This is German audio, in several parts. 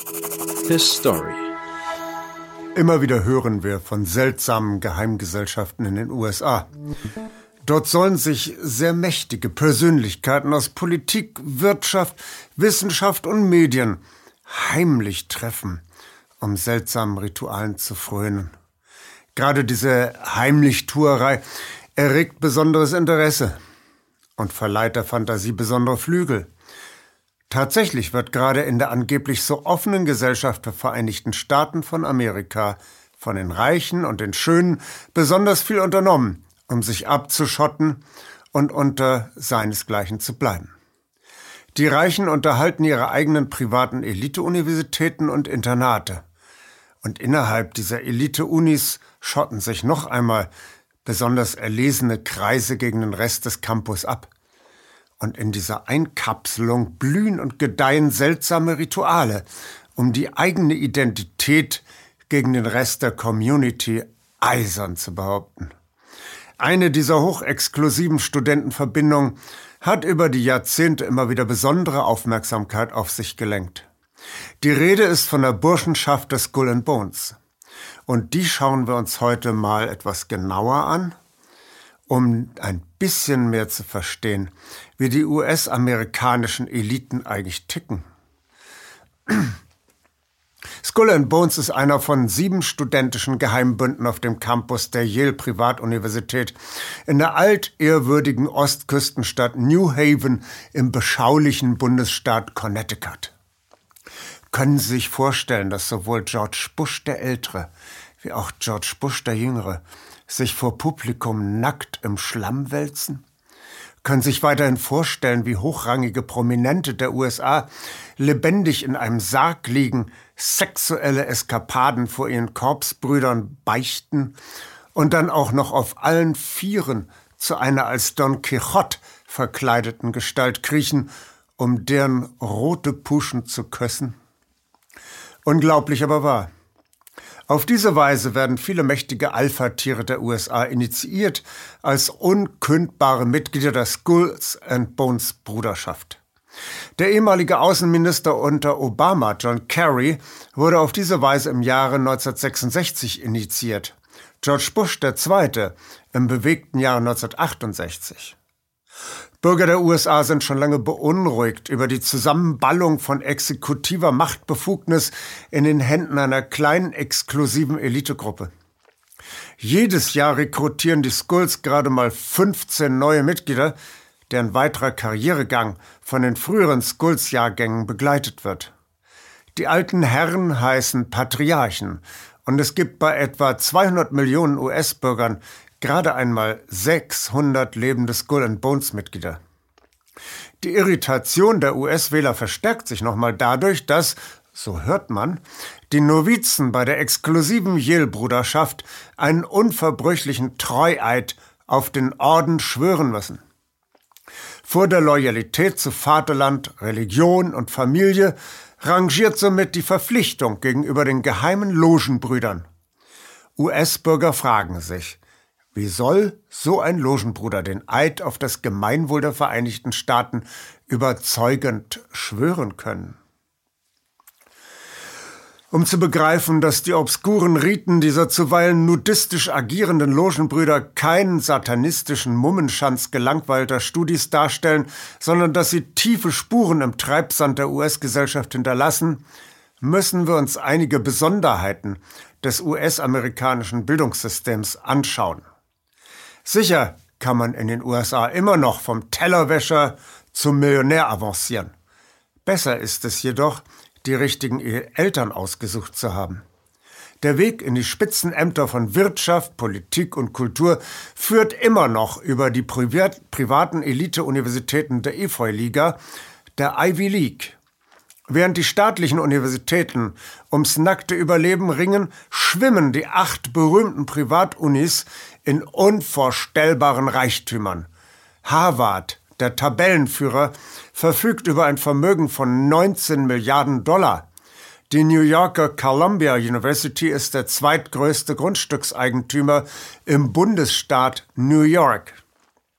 His Story. Immer wieder hören wir von seltsamen Geheimgesellschaften in den USA. Dort sollen sich sehr mächtige Persönlichkeiten aus Politik, Wirtschaft, Wissenschaft und Medien heimlich treffen, um seltsamen Ritualen zu frönen. Gerade diese Heimlichtuerei erregt besonderes Interesse und verleiht der Fantasie besondere Flügel. Tatsächlich wird gerade in der angeblich so offenen Gesellschaft der Vereinigten Staaten von Amerika von den Reichen und den Schönen besonders viel unternommen, um sich abzuschotten und unter seinesgleichen zu bleiben. Die Reichen unterhalten ihre eigenen privaten Elite-Universitäten und Internate. Und innerhalb dieser Elite-Unis schotten sich noch einmal besonders erlesene Kreise gegen den Rest des Campus ab. Und in dieser Einkapselung blühen und gedeihen seltsame Rituale, um die eigene Identität gegen den Rest der Community eisern zu behaupten. Eine dieser hochexklusiven Studentenverbindungen hat über die Jahrzehnte immer wieder besondere Aufmerksamkeit auf sich gelenkt. Die Rede ist von der Burschenschaft der Skull and Bones. Und die schauen wir uns heute mal etwas genauer an, um ein bisschen mehr zu verstehen, wie die US-amerikanischen Eliten eigentlich ticken. Skull and Bones ist einer von 7 studentischen Geheimbünden auf dem Campus der Yale Privatuniversität in der altehrwürdigen Ostküstenstadt New Haven im beschaulichen Bundesstaat Connecticut. Können Sie sich vorstellen, dass sowohl George Bush der Ältere wie auch George Bush der Jüngere sich vor Publikum nackt im Schlamm wälzen? Können sich weiterhin vorstellen, wie hochrangige Prominente der USA lebendig in einem Sarg liegen, sexuelle Eskapaden vor ihren Korpsbrüdern beichten und dann auch noch auf allen Vieren zu einer als Don Quixote verkleideten Gestalt kriechen, um deren rote Puschen zu küssen? Unglaublich aber wahr. Auf diese Weise werden viele mächtige Alpha-Tiere der USA initiiert als unkündbare Mitglieder der Skulls and Bones Bruderschaft. Der ehemalige Außenminister unter Obama, John Kerry, wurde auf diese Weise im Jahre 1966 initiiert. George Bush II. Im bewegten Jahre 1968. Bürger der USA sind schon lange beunruhigt über die Zusammenballung von exekutiver Machtbefugnis in den Händen einer kleinen, exklusiven Elitegruppe. Jedes Jahr rekrutieren die Skulls gerade mal 15 neue Mitglieder, deren weiterer Karrieregang von den früheren Skulls-Jahrgängen begleitet wird. Die alten Herren heißen Patriarchen und es gibt bei etwa 200 Millionen US-Bürgern gerade einmal 600 lebende Skull and Bones Mitglieder. Die Irritation der US-Wähler verstärkt sich nochmal dadurch, dass, so hört man, die Novizen bei der exklusiven Yale-Bruderschaft einen unverbrüchlichen Treueid auf den Orden schwören müssen. Vor der Loyalität zu Vaterland, Religion und Familie rangiert somit die Verpflichtung gegenüber den geheimen Logenbrüdern. US-Bürger fragen sich, wie soll so ein Logenbruder den Eid auf das Gemeinwohl der Vereinigten Staaten überzeugend schwören können? Um zu begreifen, dass die obskuren Riten dieser zuweilen nudistisch agierenden Logenbrüder keinen satanistischen Mummenschanz gelangweilter Studis darstellen, sondern dass sie tiefe Spuren im Treibsand der US-Gesellschaft hinterlassen, müssen wir uns einige Besonderheiten des US-amerikanischen Bildungssystems anschauen. Sicher kann man in den USA immer noch vom Tellerwäscher zum Millionär avancieren. Besser ist es jedoch, die richtigen Eltern ausgesucht zu haben. Der Weg in die Spitzenämter von Wirtschaft, Politik und Kultur führt immer noch über die privaten Elite-Universitäten der Efeu-Liga, der Ivy League. Während die staatlichen Universitäten ums nackte Überleben ringen, schwimmen die 8 berühmten Privatunis in unvorstellbaren Reichtümern. Harvard, der Tabellenführer, verfügt über ein Vermögen von 19 Milliarden $. Die New Yorker Columbia University ist der zweitgrößte Grundstückseigentümer im Bundesstaat New York.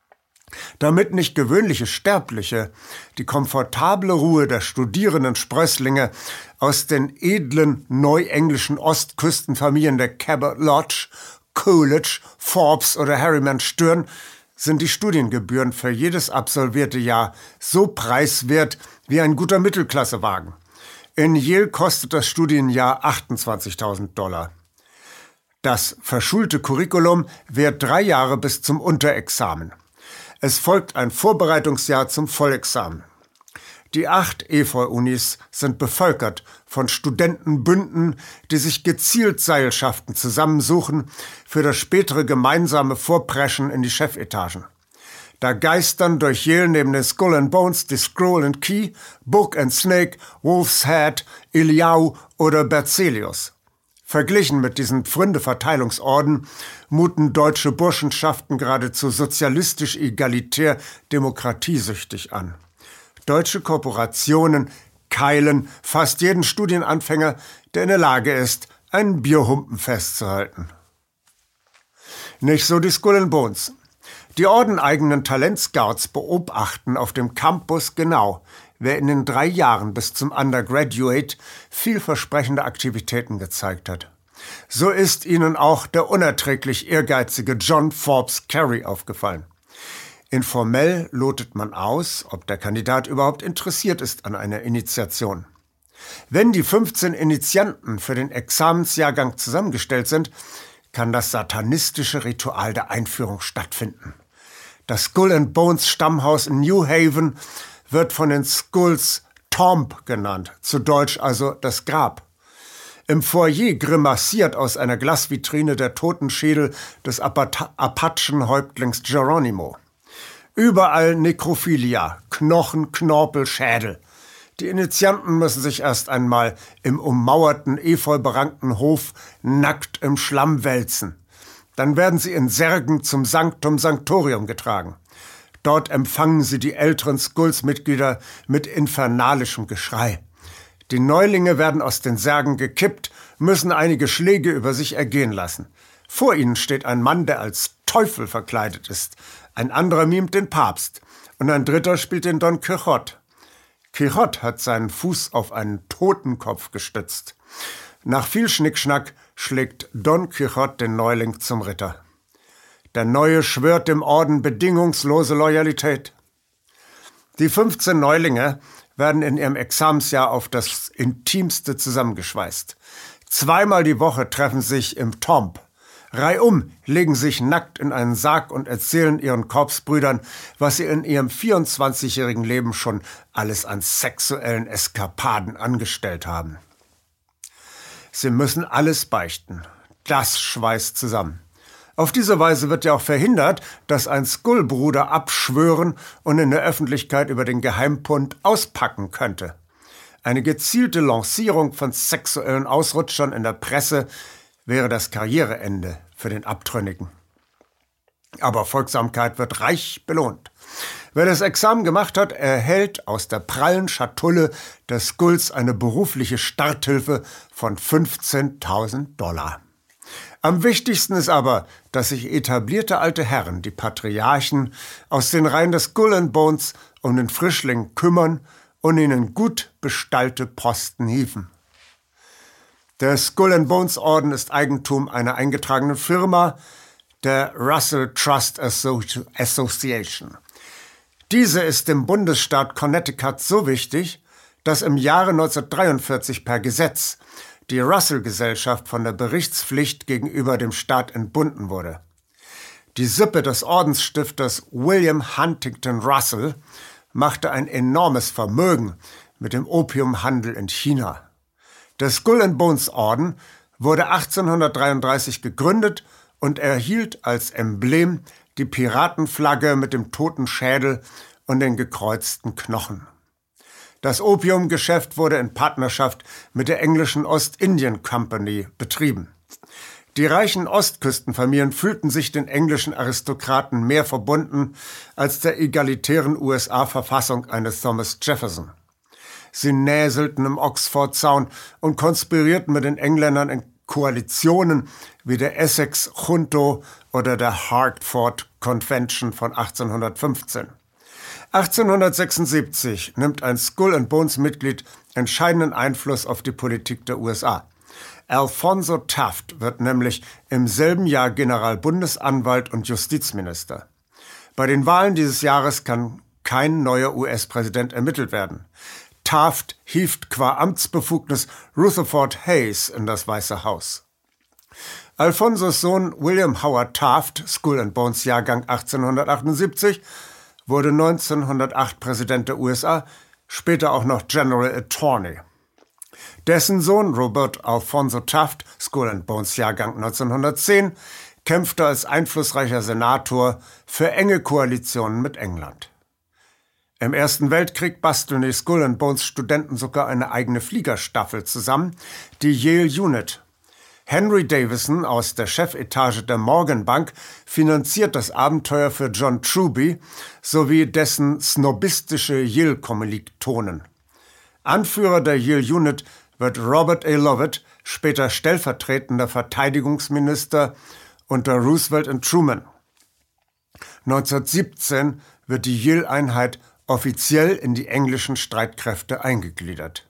Damit nicht gewöhnliche Sterbliche die komfortable Ruhe der studierenden Sprösslinge aus den edlen neuenglischen Ostküstenfamilien der Cabot Lodge, Coolidge, Forbes oder Harriman stören, sind die Studiengebühren für jedes absolvierte Jahr so preiswert wie ein guter Mittelklassewagen. In Yale kostet das Studienjahr $28.000. Das verschulte Curriculum währt 3 Jahre bis zum Unterexamen. Es folgt ein Vorbereitungsjahr zum Vollexamen. Die 8 Efeu-Unis sind bevölkert von Studentenbünden, die sich gezielt Seilschaften zusammensuchen für das spätere gemeinsame Vorpreschen in die Chefetagen. Da geistern durch Yale neben den Skull and Bones die Scroll and Key, Book and Snake, Wolf's Head, Iliau oder Berzelius. Verglichen mit diesen Pfründe-Verteilungsorden muten deutsche Burschenschaften geradezu sozialistisch-egalitär-demokratiesüchtig an. Deutsche Korporationen keilen fast jeden Studienanfänger, der in der Lage ist, einen Bierhumpen festzuhalten. Nicht so die Skull and Bones. Die ordeneigenen Talentscouts beobachten auf dem Campus genau, wer in den 3 Jahren bis zum Undergraduate vielversprechende Aktivitäten gezeigt hat. So ist ihnen auch der unerträglich ehrgeizige John Forbes Carey aufgefallen. Informell lotet man aus, ob der Kandidat überhaupt interessiert ist an einer Initiation. Wenn die 15 Initianten für den Examensjahrgang zusammengestellt sind, kann das satanistische Ritual der Einführung stattfinden. Das Skull and Bones Stammhaus in New Haven wird von den Skulls Tomb genannt, zu Deutsch also das Grab. Im Foyer grimassiert aus einer Glasvitrine der Totenschädel des Apachenhäuptlings Geronimo. Überall Nekrophilia, Knochen, Knorpel, Schädel. Die Initianten müssen sich erst einmal im ummauerten, efeuberankten Hof nackt im Schlamm wälzen. Dann werden sie in Särgen zum Sanctum Sanctorium getragen. Dort empfangen sie die älteren Skulls-Mitglieder mit infernalischem Geschrei. Die Neulinge werden aus den Särgen gekippt, müssen einige Schläge über sich ergehen lassen. Vor ihnen steht ein Mann, der als Teufel verkleidet ist. Ein anderer mimt den Papst und ein dritter spielt den Don Quixote. Quixote hat seinen Fuß auf einen Totenkopf gestützt. Nach viel Schnickschnack schlägt Don Quixote den Neuling zum Ritter. Der Neue schwört dem Orden bedingungslose Loyalität. Die 15 Neulinge werden in ihrem Examensjahr auf das Intimste zusammengeschweißt. 2-mal die Woche treffen sich im Tomb. Reihum legen sich nackt in einen Sarg und erzählen ihren Korpsbrüdern, was sie in ihrem 24-jährigen Leben schon alles an sexuellen Eskapaden angestellt haben. Sie müssen alles beichten. Das schweißt zusammen. Auf diese Weise wird ja auch verhindert, dass ein Skull-Bruder abschwören und in der Öffentlichkeit über den Geheimpund auspacken könnte. Eine gezielte Lancierung von sexuellen Ausrutschern in der Presse wäre das Karriereende für den Abtrünnigen. Aber Folgsamkeit wird reich belohnt. Wer das Examen gemacht hat, erhält aus der prallen Schatulle des Skulls eine berufliche Starthilfe von $15.000. Am wichtigsten ist aber, dass sich etablierte alte Herren, die Patriarchen, aus den Reihen des Skull and Bones um den Frischling kümmern und ihnen gut bestallte Posten hieven. Der Skull and Bones Orden ist Eigentum einer eingetragenen Firma, der Russell Trust Association. Diese ist dem Bundesstaat Connecticut so wichtig, dass im Jahre 1943 per Gesetz die Russell-Gesellschaft von der Berichtspflicht gegenüber dem Staat entbunden wurde. Die Sippe des Ordensstifters William Huntington Russell machte ein enormes Vermögen mit dem Opiumhandel in China. Der Skull and Bones Orden wurde 1833 gegründet und erhielt als Emblem die Piratenflagge mit dem toten Schädel und den gekreuzten Knochen. Das Opiumgeschäft wurde in Partnerschaft mit der englischen Ostindien Company betrieben. Die reichen Ostküstenfamilien fühlten sich den englischen Aristokraten mehr verbunden als der egalitären USA-Verfassung eines Thomas Jefferson. Sie näselten im Oxford-Zaun und konspirierten mit den Engländern in Koalitionen wie der Essex Junto oder der Hartford Convention von 1815. 1876 nimmt ein Skull-and-Bones-Mitglied entscheidenden Einfluss auf die Politik der USA. Alphonso Taft wird nämlich im selben Jahr Generalbundesanwalt und Justizminister. Bei den Wahlen dieses Jahres kann kein neuer US-Präsident ermittelt werden. Taft hieft qua Amtsbefugnis Rutherford Hayes in das Weiße Haus. Alphonsos Sohn William Howard Taft, Skull-and-Bones Jahrgang 1878, wurde 1908 Präsident der USA, später auch noch General Attorney. Dessen Sohn Robert Alphonso Taft, Skull-and-Bones Jahrgang 1910, kämpfte als einflussreicher Senator für enge Koalitionen mit England. Im Ersten Weltkrieg basteln die Skull-and-Bones-Studenten sogar eine eigene Fliegerstaffel zusammen, die Yale Unit. Henry Davison aus der Chefetage der Morgan Bank finanziert das Abenteuer für John Truby sowie dessen snobistische Yale-Kommilitonen. Anführer der Yale Unit wird Robert A. Lovett, später stellvertretender Verteidigungsminister unter Roosevelt und Truman. 1917 wird die Yale-Einheit offiziell in die englischen Streitkräfte eingegliedert.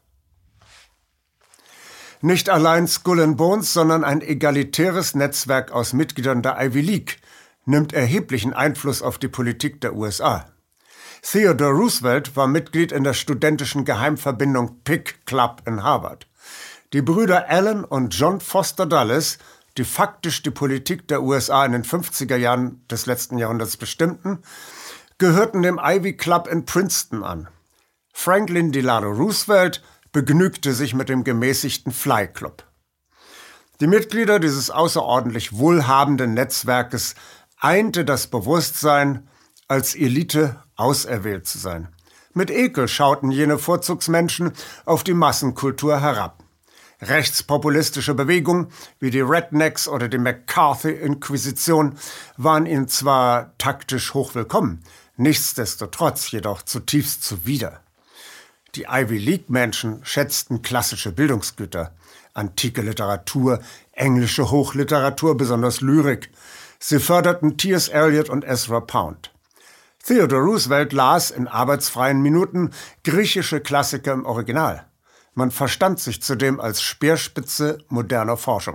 Nicht allein Skull-and-Bones, sondern ein egalitäres Netzwerk aus Mitgliedern der Ivy League nimmt erheblichen Einfluss auf die Politik der USA. Theodore Roosevelt war Mitglied in der studentischen Geheimverbindung Pick Club in Harvard. Die Brüder Allen und John Foster Dulles, die faktisch die Politik der USA in den 50er Jahren des letzten Jahrhunderts bestimmten, gehörten dem Ivy Club in Princeton an. Franklin Delano Roosevelt begnügte sich mit dem gemäßigten Fly Club. Die Mitglieder dieses außerordentlich wohlhabenden Netzwerkes einte das Bewusstsein, als Elite auserwählt zu sein. Mit Ekel schauten jene Vorzugsmenschen auf die Massenkultur herab. Rechtspopulistische Bewegungen wie die Rednecks oder die McCarthy-Inquisition waren ihnen zwar taktisch hochwillkommen, nichtsdestotrotz jedoch zutiefst zuwider. Die Ivy League-Menschen schätzten klassische Bildungsgüter, antike Literatur, englische Hochliteratur, besonders Lyrik. Sie förderten T.S. Eliot und Ezra Pound. Theodore Roosevelt las in arbeitsfreien Minuten griechische Klassiker im Original. Man verstand sich zudem als Speerspitze moderner Forschung.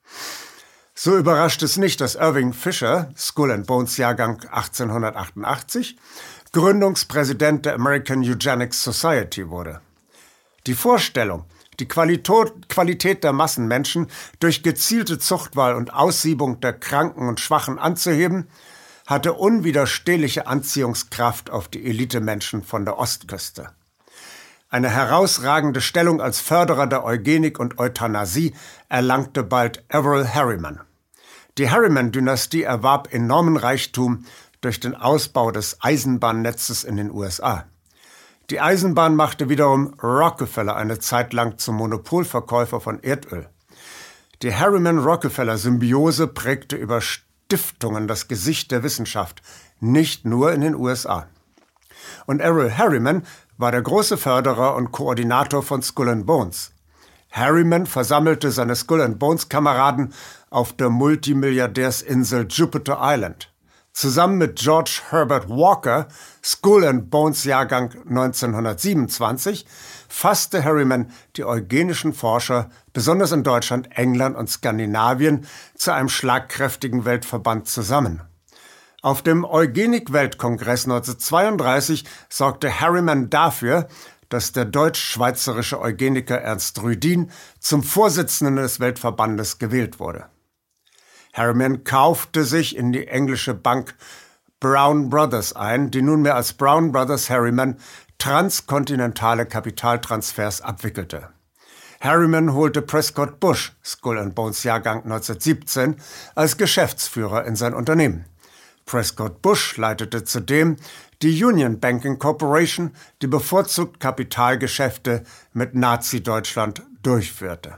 So überrascht es nicht, dass Irving Fisher, Skull-and-Bones Jahrgang 1888, Gründungspräsident der American Eugenics Society wurde. Die Vorstellung, die Qualität der Massenmenschen durch gezielte Zuchtwahl und Aussiebung der Kranken und Schwachen anzuheben, hatte unwiderstehliche Anziehungskraft auf die Elitemenschen von der Ostküste. Eine herausragende Stellung als Förderer der Eugenik und Euthanasie erlangte bald Averell Harriman. Die Harriman-Dynastie erwarb enormen Reichtum durch den Ausbau des Eisenbahnnetzes in den USA. Die Eisenbahn machte wiederum Rockefeller eine Zeit lang zum Monopolverkäufer von Erdöl. Die Harriman-Rockefeller-Symbiose prägte über Stiftungen das Gesicht der Wissenschaft, nicht nur in den USA. Und Averell Harriman war der große Förderer und Koordinator von Skull-and-Bones. Harriman versammelte seine Skull-and-Bones-Kameraden auf der Multimilliardärsinsel Jupiter Island. Zusammen mit George Herbert Walker, Skull-and-Bones Jahrgang 1927, fasste Harriman die eugenischen Forscher, besonders in Deutschland, England und Skandinavien, zu einem schlagkräftigen Weltverband zusammen. Auf dem Eugenik-Weltkongress 1932 sorgte Harriman dafür, dass der deutsch-schweizerische Eugeniker Ernst Rüdin zum Vorsitzenden des Weltverbandes gewählt wurde. Harriman kaufte sich in die englische Bank Brown Brothers ein, die nunmehr als Brown Brothers Harriman transkontinentale Kapitaltransfers abwickelte. Harriman holte Prescott Bush, Skull-and-Bones Jahrgang 1917, als Geschäftsführer in sein Unternehmen. Prescott Bush leitete zudem die Union Banking Corporation, die bevorzugt Kapitalgeschäfte mit Nazi-Deutschland durchführte.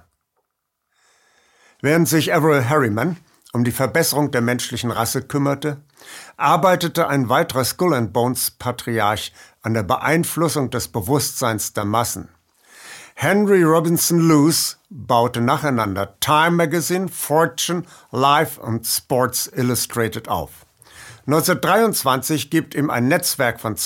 Während sich Averell Harriman um die Verbesserung der menschlichen Rasse kümmerte, arbeitete ein weiterer Skull-and-Bones-Patriarch an der Beeinflussung des Bewusstseins der Massen. Henry Robinson Luce baute nacheinander Time Magazine, Fortune, Life und Sports Illustrated auf. 1923 gibt ihm ein Netzwerk von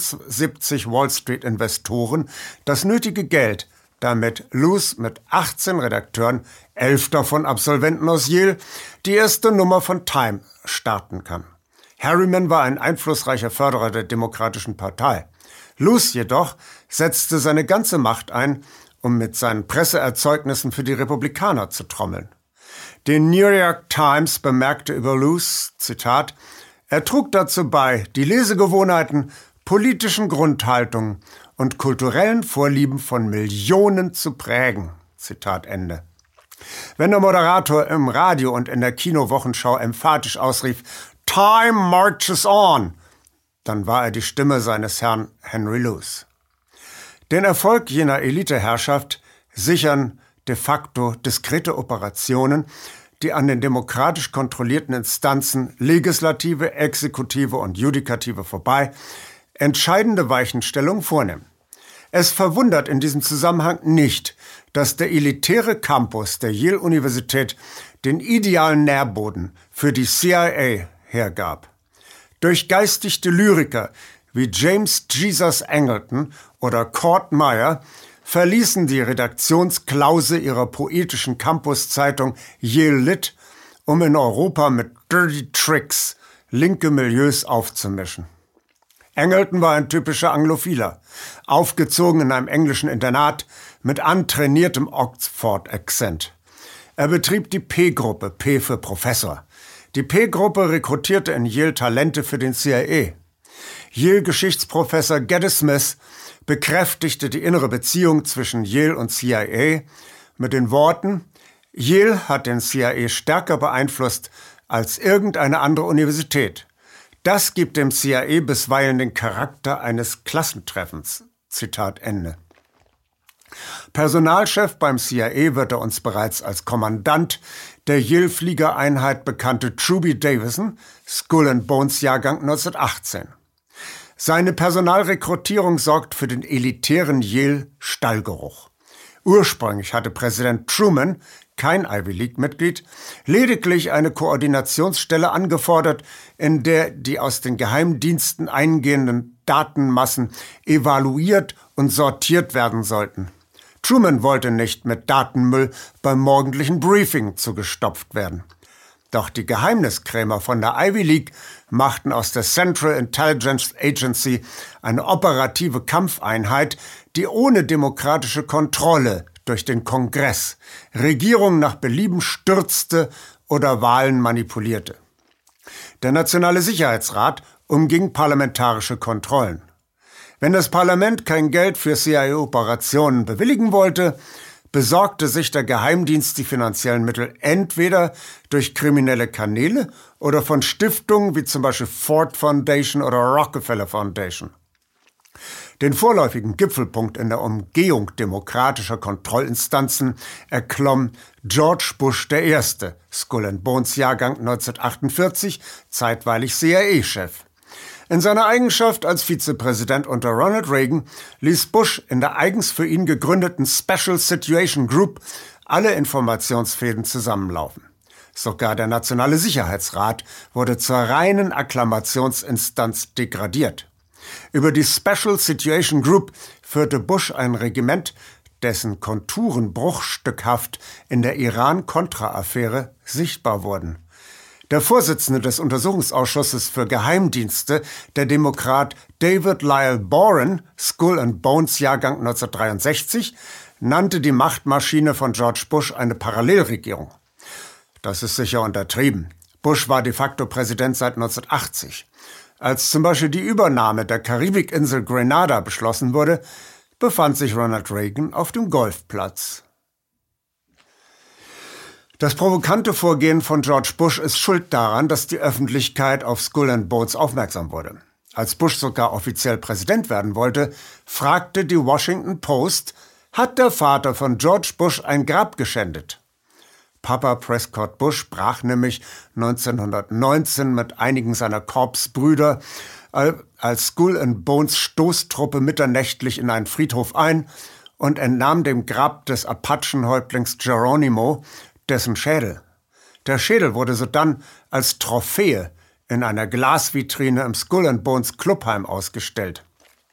72 Wall Street-Investoren das nötige Geld, damit Luce mit 18 Redakteuren, 11 davon Absolventen aus Yale, die erste Nummer von Time starten kann. Harriman war ein einflussreicher Förderer der Demokratischen Partei. Luce jedoch setzte seine ganze Macht ein, um mit seinen Presseerzeugnissen für die Republikaner zu trommeln. Die New York Times bemerkte über Luce, Zitat, er trug dazu bei, die Lesegewohnheiten, politischen Grundhaltungen und kulturellen Vorlieben von Millionen zu prägen. Zitat Ende. Wenn der Moderator im Radio und in der Kinowochenschau emphatisch ausrief, Time marches on, dann war er die Stimme seines Herrn Henry Luce. Den Erfolg jener Eliteherrschaft sichern de facto diskrete Operationen, die an den demokratisch kontrollierten Instanzen Legislative, Exekutive und Judikative vorbei entscheidende Weichenstellungen vornehmen. Es verwundert in diesem Zusammenhang nicht, dass der elitäre Campus der Yale-Universität den idealen Nährboden für die CIA hergab. Durchgeistigte Lyriker wie James Jesus Angleton oder Cord Meyer verließen die Redaktionsklause ihrer poetischen Campuszeitung Yale Lit, um in Europa mit Dirty Tricks linke Milieus aufzumischen. Angleton war ein typischer Anglophiler, aufgezogen in einem englischen Internat mit antrainiertem Oxford-Akzent. Er betrieb die P-Gruppe, P für Professor. Die P-Gruppe rekrutierte in Yale Talente für den CIA. Yale-Geschichtsprofessor Geddes Smith bekräftigte die innere Beziehung zwischen Yale und CIA mit den Worten, Yale hat den CIA stärker beeinflusst als irgendeine andere Universität. Das gibt dem CIA bisweilen den Charakter eines Klassentreffens. Zitat Ende. Personalchef beim CIA wird er uns bereits als Kommandant der Yale-Fliegereinheit bekannte Truby Davison, Skull and Bones Jahrgang 1918. Seine Personalrekrutierung sorgt für den elitären Yale-Stallgeruch. Ursprünglich hatte Präsident Truman, kein Ivy League-Mitglied, lediglich eine Koordinationsstelle angefordert, in der die aus den Geheimdiensten eingehenden Datenmassen evaluiert und sortiert werden sollten. Truman wollte nicht mit Datenmüll beim morgendlichen Briefing zugestopft werden. Doch die Geheimniskrämer von der Ivy League machten aus der Central Intelligence Agency eine operative Kampfeinheit, die ohne demokratische Kontrolle durch den Kongress Regierungen nach Belieben stürzte oder Wahlen manipulierte. Der Nationale Sicherheitsrat umging parlamentarische Kontrollen. Wenn das Parlament kein Geld für CIA-Operationen bewilligen wollte, besorgte sich der Geheimdienst die finanziellen Mittel entweder durch kriminelle Kanäle oder von Stiftungen wie zum Beispiel Ford Foundation oder Rockefeller Foundation. Den vorläufigen Gipfelpunkt in der Umgehung demokratischer Kontrollinstanzen erklomm George Bush I., Skull and Bones Jahrgang 1948, zeitweilig CIA-Chef. In seiner Eigenschaft als Vizepräsident unter Ronald Reagan ließ Bush in der eigens für ihn gegründeten Special Situation Group alle Informationsfäden zusammenlaufen. Sogar der Nationale Sicherheitsrat wurde zur reinen Akklamationsinstanz degradiert. Über die Special Situation Group führte Bush ein Regiment, dessen Konturen bruchstückhaft in der Iran-Contra-Affäre sichtbar wurden. Der Vorsitzende des Untersuchungsausschusses für Geheimdienste, der Demokrat David Lyle Boren, Skull and Bones Jahrgang 1963, nannte die Machtmaschine von George Bush eine Parallelregierung. Das ist sicher untertrieben. Bush war de facto Präsident seit 1980. Als zum Beispiel die Übernahme der Karibikinsel Grenada beschlossen wurde, befand sich Ronald Reagan auf dem Golfplatz. Das provokante Vorgehen von George Bush ist schuld daran, dass die Öffentlichkeit auf Skull and Bones aufmerksam wurde. Als Bush sogar offiziell Präsident werden wollte, fragte die Washington Post, hat der Vater von George Bush ein Grab geschändet? Papa Prescott Bush brach nämlich 1919 mit einigen seiner Korpsbrüder als Skull and Bones Stoßtruppe mitternächtlich in einen Friedhof ein und entnahm dem Grab des Apachenhäuptlings Geronimo dessen Schädel. Der Schädel wurde sodann als Trophäe in einer Glasvitrine im Skull and Bones Clubheim ausgestellt.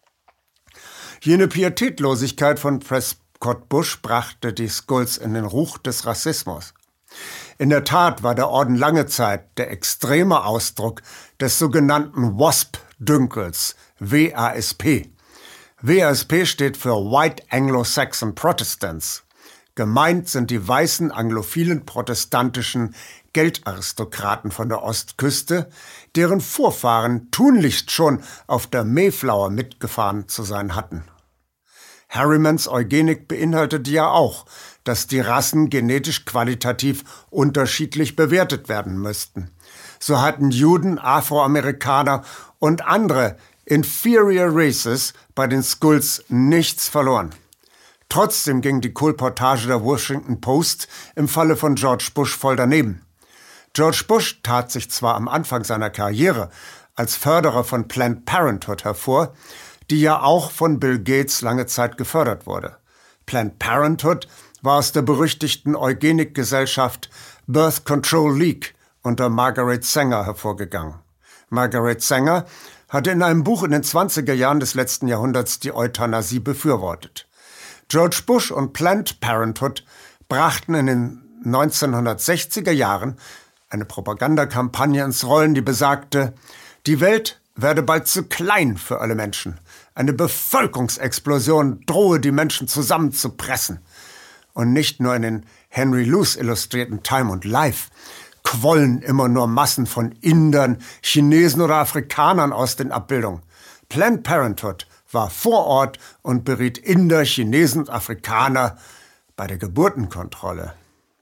Jene Pietätlosigkeit von Prescott Bush brachte die Skulls in den Ruch des Rassismus. In der Tat war der Orden lange Zeit der extreme Ausdruck des sogenannten WASP-Dünkels, WASP. WASP steht für White Anglo-Saxon Protestants. Gemeint sind die weißen anglophilen protestantischen Geldaristokraten von der Ostküste, deren Vorfahren tunlichst schon auf der Mayflower mitgefahren zu sein hatten. Harrimans Eugenik beinhaltete ja auch, dass die Rassen genetisch qualitativ unterschiedlich bewertet werden müssten. So hatten Juden, Afroamerikaner und andere inferior races bei den Skulls nichts verloren. Trotzdem ging die Kolportage der Washington Post im Falle von George Bush voll daneben. George Bush tat sich zwar am Anfang seiner Karriere als Förderer von Planned Parenthood hervor, die ja auch von Bill Gates lange Zeit gefördert wurde. Planned Parenthood war aus der berüchtigten Eugenikgesellschaft Birth Control League unter Margaret Sanger hervorgegangen. Margaret Sanger hatte in einem Buch in den 20er Jahren des letzten Jahrhunderts die Euthanasie befürwortet. George Bush und Planned Parenthood brachten in den 1960er Jahren eine Propagandakampagne ins Rollen, die besagte, die Welt werde bald zu klein für alle Menschen. Eine Bevölkerungsexplosion drohe die Menschen zusammenzupressen. Und nicht nur in den Henry Luce illustrierten Time und Life quollen immer nur Massen von Indern, Chinesen oder Afrikanern aus den Abbildungen. Planned Parenthood war vor Ort und beriet Inder, Chinesen und Afrikaner bei der Geburtenkontrolle.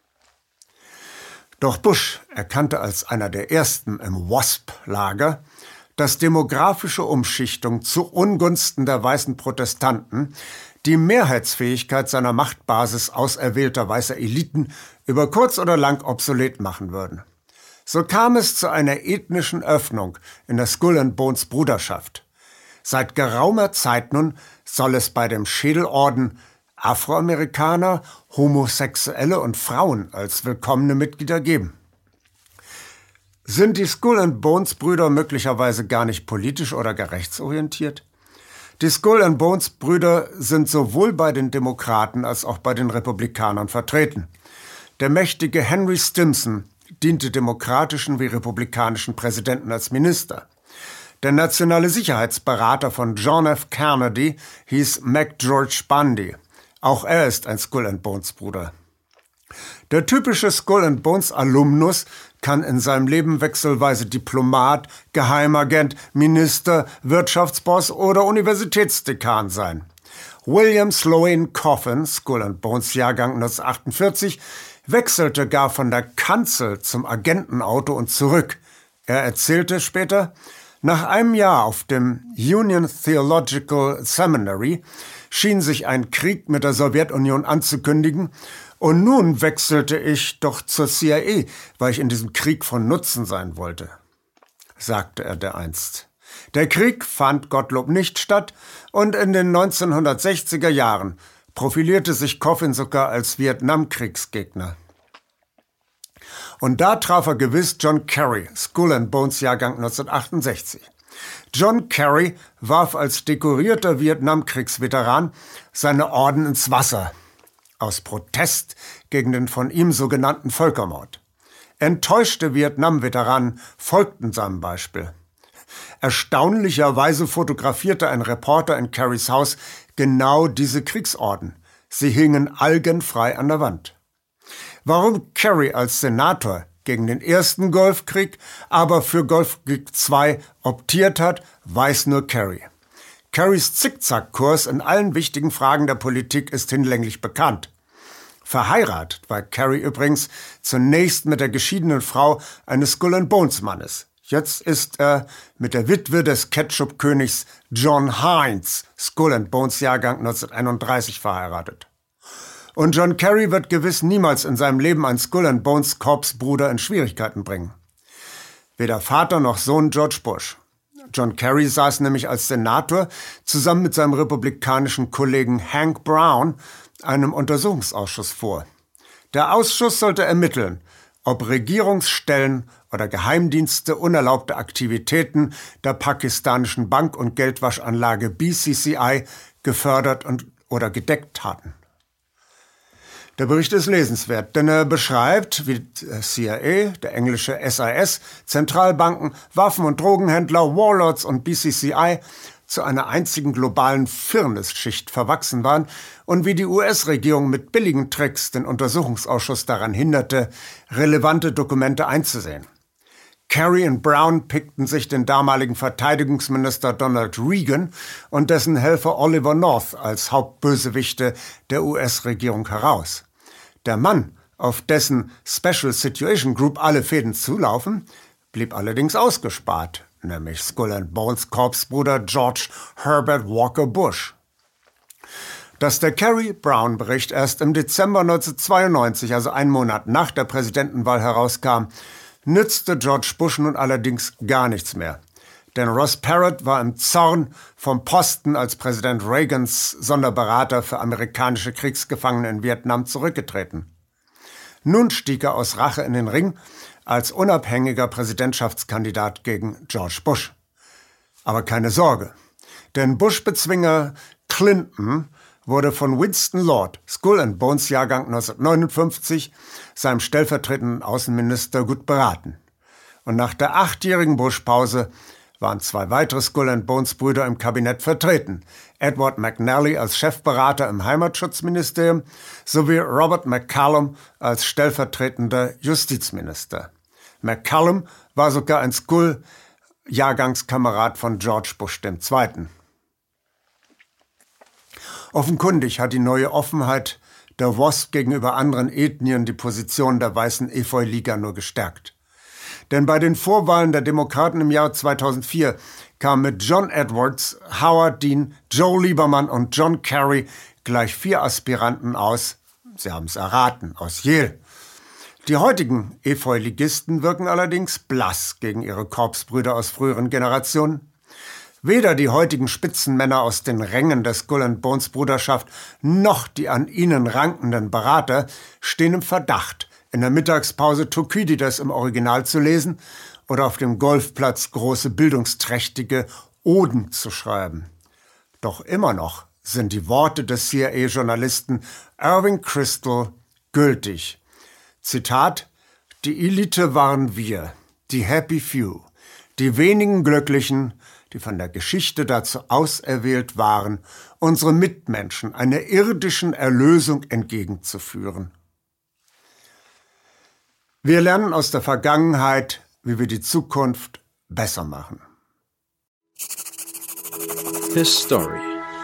Doch Bush erkannte als einer der ersten im WASP-Lager, dass demografische Umschichtung zu Ungunsten der weißen Protestanten die Mehrheitsfähigkeit seiner Machtbasis auserwählter weißer Eliten über kurz oder lang obsolet machen würden. So kam es zu einer ethnischen Öffnung in der Skull and Bones Bruderschaft. Seit geraumer Zeit nun soll es bei dem Schädelorden Afroamerikaner, Homosexuelle und Frauen als willkommene Mitglieder geben. Sind die Skull and Bones Brüder möglicherweise gar nicht politisch oder gar rechtsorientiert? Die Skull and Bones Brüder sind sowohl bei den Demokraten als auch bei den Republikanern vertreten. Der mächtige Henry Stimson diente demokratischen wie republikanischen Präsidenten als Minister. Der nationale Sicherheitsberater von John F. Kennedy hieß McGeorge Bundy. Auch er ist ein Skull and Bones Bruder. Der typische Skull and Bones Alumnus kann in seinem Leben wechselweise Diplomat, Geheimagent, Minister, Wirtschaftsboss oder Universitätsdekan sein. William Sloane Coffin, Skull and Bones Jahrgang 1948, wechselte gar von der Kanzel zum Agentenauto und zurück. Er erzählte später, nach einem Jahr auf dem Union Theological Seminary schien sich ein Krieg mit der Sowjetunion anzukündigen und nun wechselte ich doch zur CIA, weil ich in diesem Krieg von Nutzen sein wollte, sagte er dereinst. Der Krieg fand Gottlob nicht statt und in den 1960er Jahren profilierte sich Coffin sogar als Vietnamkriegsgegner. Und da traf er gewiss John Kerry, Skull and Bones Jahrgang 1968. John Kerry warf als dekorierter Vietnamkriegsveteran seine Orden ins Wasser, aus Protest gegen den von ihm sogenannten Völkermord. Enttäuschte Vietnam-Veteranen folgten seinem Beispiel. Erstaunlicherweise fotografierte ein Reporter in Kerrys Haus genau diese Kriegsorden. Sie hingen algenfrei an der Wand. Warum Kerry als Senator gegen den ersten Golfkrieg, aber für Golfkrieg II optiert hat, weiß nur Kerry. Kerrys Zickzackkurs in allen wichtigen Fragen der Politik ist hinlänglich bekannt. Verheiratet war Kerry übrigens zunächst mit der geschiedenen Frau eines Skull and Bones Mannes. Jetzt ist er mit der Witwe des Ketchup-Königs John Heinz, Skull and Bones Jahrgang 1931, verheiratet. Und John Kerry wird gewiss niemals in seinem Leben einen Skull and Bones Korpsbruder in Schwierigkeiten bringen. Weder Vater noch Sohn George Bush. John Kerry saß nämlich als Senator zusammen mit seinem republikanischen Kollegen Hank Brown einem Untersuchungsausschuss vor. Der Ausschuss sollte ermitteln, ob Regierungsstellen oder Geheimdienste unerlaubte Aktivitäten der pakistanischen Bank- und Geldwaschanlage BCCI gefördert oder gedeckt hatten. Der Bericht ist lesenswert, denn er beschreibt, wie CIA, der englische SIS, Zentralbanken, Waffen- und Drogenhändler, Warlords und BCCI zu einer einzigen globalen Firnisschicht verwachsen waren und wie die US-Regierung mit billigen Tricks den Untersuchungsausschuss daran hinderte, relevante Dokumente einzusehen. Kerry und Brown pickten sich den damaligen Verteidigungsminister Donald Reagan und dessen Helfer Oliver North als Hauptbösewichte der US-Regierung heraus. Der Mann, auf dessen Special Situation Group alle Fäden zulaufen, blieb allerdings ausgespart, nämlich Skull and Bones Korpsbruder George Herbert Walker Bush. Dass der Kerry-Brown-Bericht erst im Dezember 1992, also einen Monat nach der Präsidentenwahl, herauskam, nützte George Bush nun allerdings gar nichts mehr. Denn Ross Perot war im Zorn vom Posten als Präsident Reagans Sonderberater für amerikanische Kriegsgefangene in Vietnam zurückgetreten. Nun stieg er aus Rache in den Ring als unabhängiger Präsidentschaftskandidat gegen George Bush. Aber keine Sorge, denn Bush-Bezwinger Clinton wurde von Winston Lord, Skull and Bones Jahrgang 1959, seinem stellvertretenden Außenminister, gut beraten. Und nach der 8-jährigen Bush-Pause waren 2 weitere Skull and Bones Brüder im Kabinett vertreten. Edward McNally als Chefberater im Heimatschutzministerium sowie Robert McCallum als stellvertretender Justizminister. McCallum war sogar ein Skull-Jahrgangskamerad von George Bush II. Offenkundig hat die neue Offenheit der WASP gegenüber anderen Ethnien die Position der weißen Efeu-Liga nur gestärkt. Denn bei den Vorwahlen der Demokraten im Jahr 2004 kamen mit John Edwards, Howard Dean, Joe Lieberman und John Kerry gleich 4 Aspiranten aus, Sie haben es erraten, aus Yale. Die heutigen Efeu-Ligisten wirken allerdings blass gegen ihre Korpsbrüder aus früheren Generationen. Weder die heutigen Spitzenmänner aus den Rängen der Skull and Bones Bruderschaft noch die an ihnen rankenden Berater stehen im Verdacht, in der Mittagspause Thukydides im Original zu lesen oder auf dem Golfplatz große bildungsträchtige Oden zu schreiben. Doch immer noch sind die Worte des CIA-Journalisten Irving Kristol gültig. Zitat: Die Elite waren wir, die Happy Few, die wenigen Glücklichen, die von der Geschichte dazu auserwählt waren, unsere Mitmenschen einer irdischen Erlösung entgegenzuführen. Wir lernen aus der Vergangenheit, wie wir die Zukunft besser machen. His Story.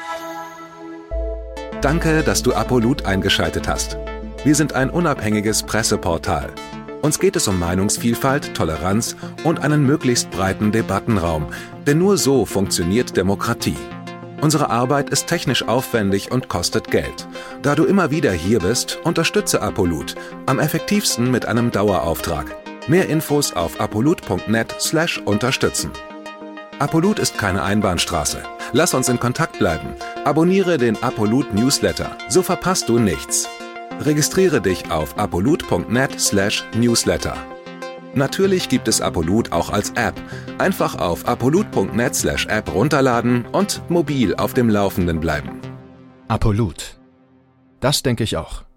Danke, dass du Apollut eingeschaltet hast. Wir sind ein unabhängiges Presseportal. Uns geht es um Meinungsvielfalt, Toleranz und einen möglichst breiten Debattenraum, denn nur so funktioniert Demokratie. Unsere Arbeit ist technisch aufwendig und kostet Geld. Da du immer wieder hier bist, unterstütze Apollut, am effektivsten mit einem Dauerauftrag. Mehr Infos auf apollut.net/unterstützen. Apollut ist keine Einbahnstraße. Lass uns in Kontakt bleiben. Abonniere den Apollut Newsletter, so verpasst du nichts. Registriere dich auf apollut.net/newsletter. Natürlich gibt es Apollut auch als App. Einfach auf apollut.net/app runterladen und mobil auf dem Laufenden bleiben. Apollut. Das denke ich auch.